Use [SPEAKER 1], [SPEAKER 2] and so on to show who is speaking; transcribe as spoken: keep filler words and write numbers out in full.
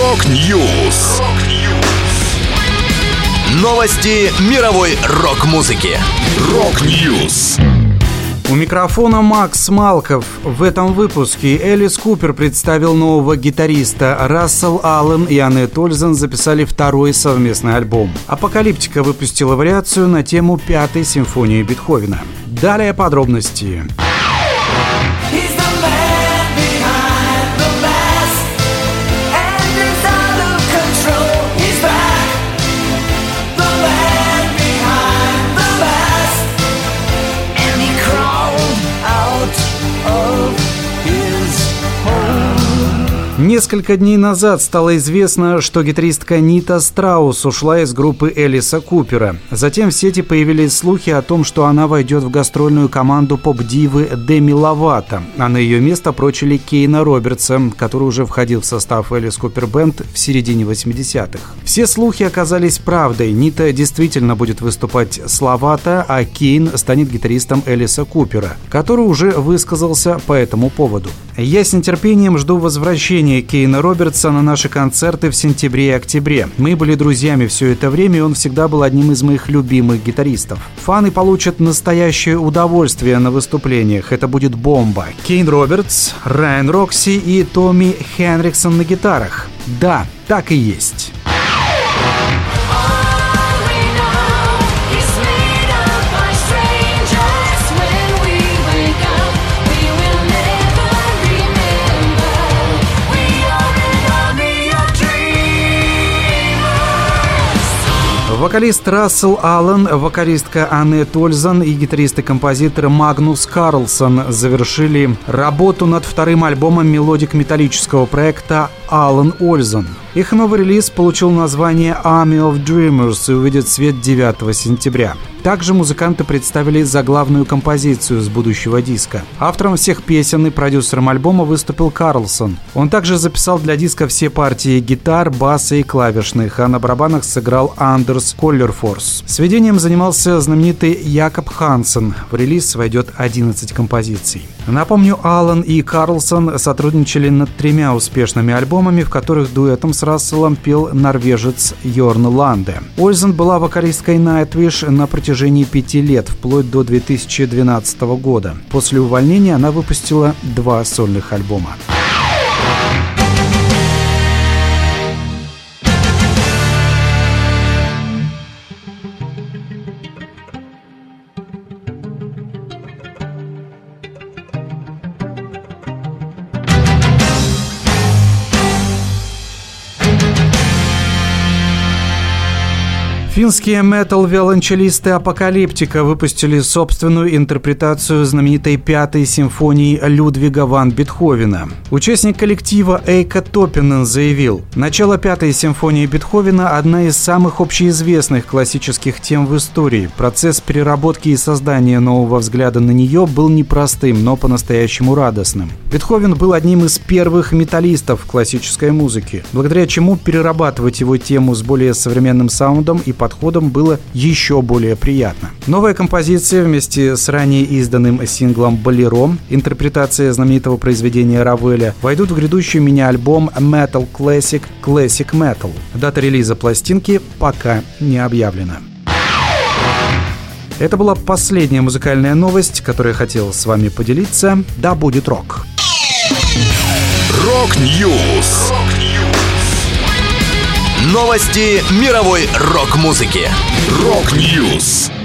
[SPEAKER 1] Рок-Ньюс. Новости мировой рок-музыки. Рок-Ньюс.
[SPEAKER 2] У микрофона Макс Малков. В этом выпуске Элис Купер представил нового гитариста. Рассел Аллен и Аннет Ользен записали второй совместный альбом. Апокалиптика выпустила вариацию на тему пятой симфонии Бетховена. Далее подробности. Несколько дней назад стало известно, что гитаристка Нита Страус ушла из группы Элиса Купера. Затем в сети появились слухи о том, что она войдет в гастрольную команду поп-дивы Деми Ловато, а на ее место прочили Кейна Робертса, который уже входил в состав Элис Купер Бэнд в середине восьмидесятых. Все слухи оказались правдой. Нита действительно будет выступать с Ловато, а Кейн станет гитаристом Элиса Купера, который уже высказался по этому поводу. «Я с нетерпением жду возвращения Кейна Робертса на наши концерты в сентябре и октябре. Мы были друзьями все это время, и он всегда был одним из моих любимых гитаристов. Фаны получат настоящее удовольствие на выступлениях. Это будет бомба. Кейн Робертс, Райан Рокси и Томми Хенриксон на гитарах. Да, так и есть». Вокалист Рассел Аллен, вокалистка Аннет Ользен и гитарист и композитор Магнус Карлсон завершили работу над вторым альбомом мелодик металлического проекта Аллен Ользен. Их новый релиз получил название Army of Dreamers и увидит свет девятого сентября. Также музыканты представили заглавную композицию с будущего диска. Автором всех песен и продюсером альбома выступил Карлсон. Он также записал для диска все партии гитар, баса и клавишных, а на барабанах сыграл Андерс Коллерфорс. Сведением занимался знаменитый Якоб Хансен. В релиз войдет одиннадцать композиций. Напомню, Аллен и Карлсон сотрудничали над тремя успешными альбомами, в которых дуэтом с Расселом пел норвежец Йорн Ланде. Ользен была вокалисткой Nightwish на протяжении пяти лет, вплоть до две тысячи двенадцатого года. После увольнения она выпустила два сольных альбома. Финские метал-виолончелисты Апокалиптика выпустили собственную интерпретацию знаменитой пятой симфонии Людвига ван Бетховена. Участник коллектива Эйка Топпинен заявил: «Начало пятой симфонии Бетховена – одна из самых общеизвестных классических тем в истории. Процесс переработки и создания нового взгляда на нее был непростым, но по-настоящему радостным. Бетховен был одним из первых металлистов классической музыки, благодаря чему перерабатывать его тему с более современным саундом и подходом было еще более приятно». Новая композиция вместе с ранее изданным синглом «Болеро», интерпретация знаменитого произведения Равеля, войдут в грядущий мини-альбом Metal Classic Classic Metal. Дата релиза пластинки пока не объявлена. Это была последняя музыкальная новость, которую я хотел с вами поделиться. Да будет рок!
[SPEAKER 1] Рок-Ньюс. Новости мировой рок-музыки. Рок-Ньюс.